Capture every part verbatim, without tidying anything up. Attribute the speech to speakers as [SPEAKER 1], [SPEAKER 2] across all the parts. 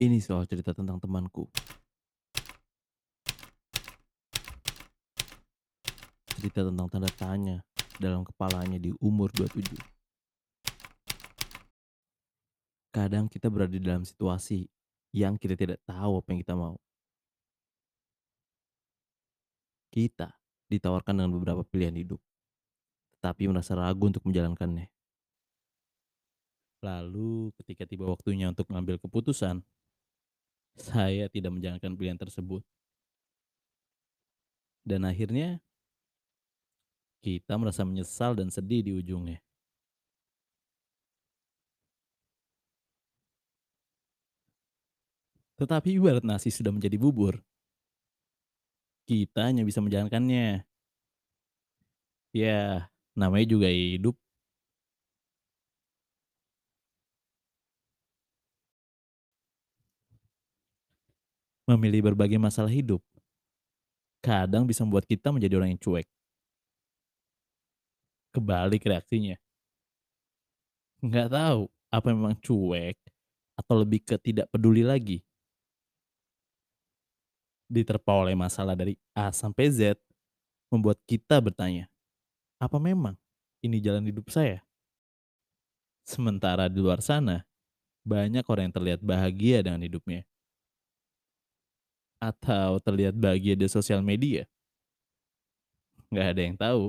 [SPEAKER 1] Ini soal cerita tentang temanku. Cerita tentang tanda tanya dalam kepalanya di umur dua puluh tujuh. Kadang kita berada di dalam situasi yang kita tidak tahu apa yang kita mau. Kita ditawarkan dengan beberapa pilihan hidup, tetapi merasa ragu untuk menjalankannya. Lalu ketika tiba waktunya untuk mengambil keputusan, saya tidak menjalankan pilihan tersebut. Dan akhirnya kita merasa menyesal dan sedih di ujungnya. Tetapi ibarat nasi sudah menjadi bubur, kita hanya bisa menjalankannya. Ya, namanya juga hidup. Memilih berbagai masalah hidup kadang bisa membuat kita menjadi orang yang cuek. Kebalik reaksinya. Nggak tahu apa memang cuek atau lebih ke tidak peduli lagi. Diterpa oleh masalah dari A sampai Z membuat kita bertanya, apa memang ini jalan hidup saya? Sementara di luar sana, banyak orang yang terlihat bahagia dengan hidupnya. Atau terlihat bahagia di sosial media. Nggak ada yang tahu.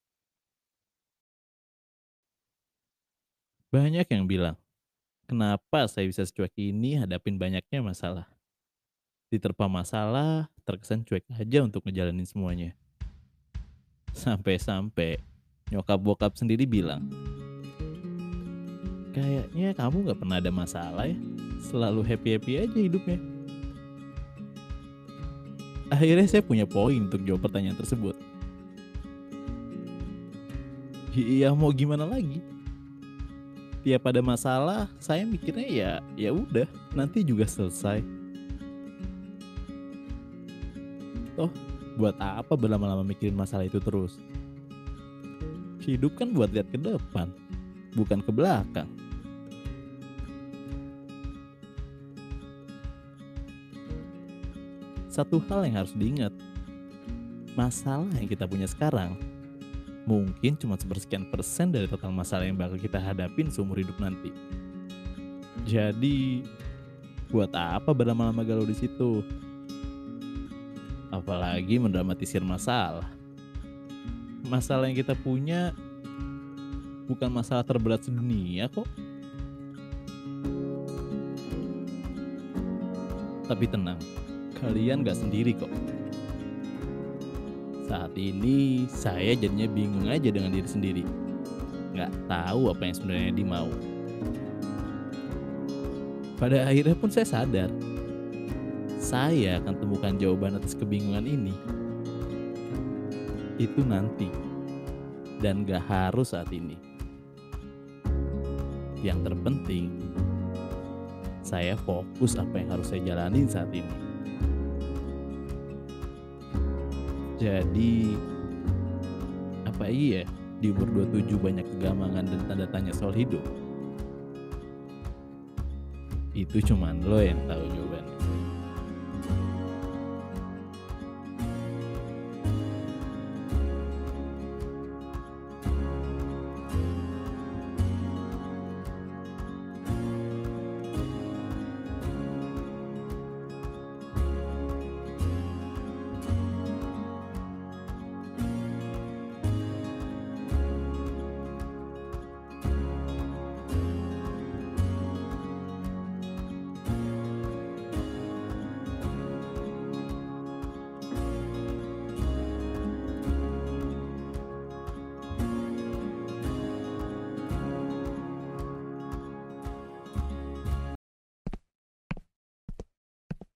[SPEAKER 1] Banyak yang bilang, kenapa saya bisa secuek ini hadapin banyaknya masalah. Diterpa masalah, terkesan cuek aja untuk ngejalanin semuanya. Sampai-sampai nyokap bokap sendiri bilang, kayaknya kamu nggak pernah ada masalah ya, selalu happy-happy aja hidupnya. Akhirnya saya punya poin untuk jawab pertanyaan tersebut. Iya mau gimana lagi? Tiap ada masalah, saya mikirnya ya ya udah, nanti juga selesai. Toh, buat apa berlama-lama mikirin masalah itu terus? Hidup kan buat lihat ke depan, bukan ke belakang. Satu hal yang harus diingat, masalah yang kita punya sekarang mungkin cuma sepersekian persen dari total masalah yang bakal kita hadapin seumur hidup nanti. Jadi, buat apa berlama-lama galau di situ? Apalagi mendramatisir masalah. Masalah yang kita punya bukan masalah terberat sedunia kok. Tapi tenang, kalian gak sendiri kok. Saat ini saya jadinya bingung aja dengan diri sendiri. Gak tahu apa yang sebenarnya dimau. Pada akhirnya pun saya sadar, saya akan temukan jawaban atas kebingungan ini. Itu nanti, dan gak harus saat ini. Yang terpenting, saya fokus apa yang harus saya jalanin saat ini. Jadi, apa iya di umur dua puluh tujuh banyak kegamangan dan tanda tanya soal hidup? Itu cuman lo yang tahu.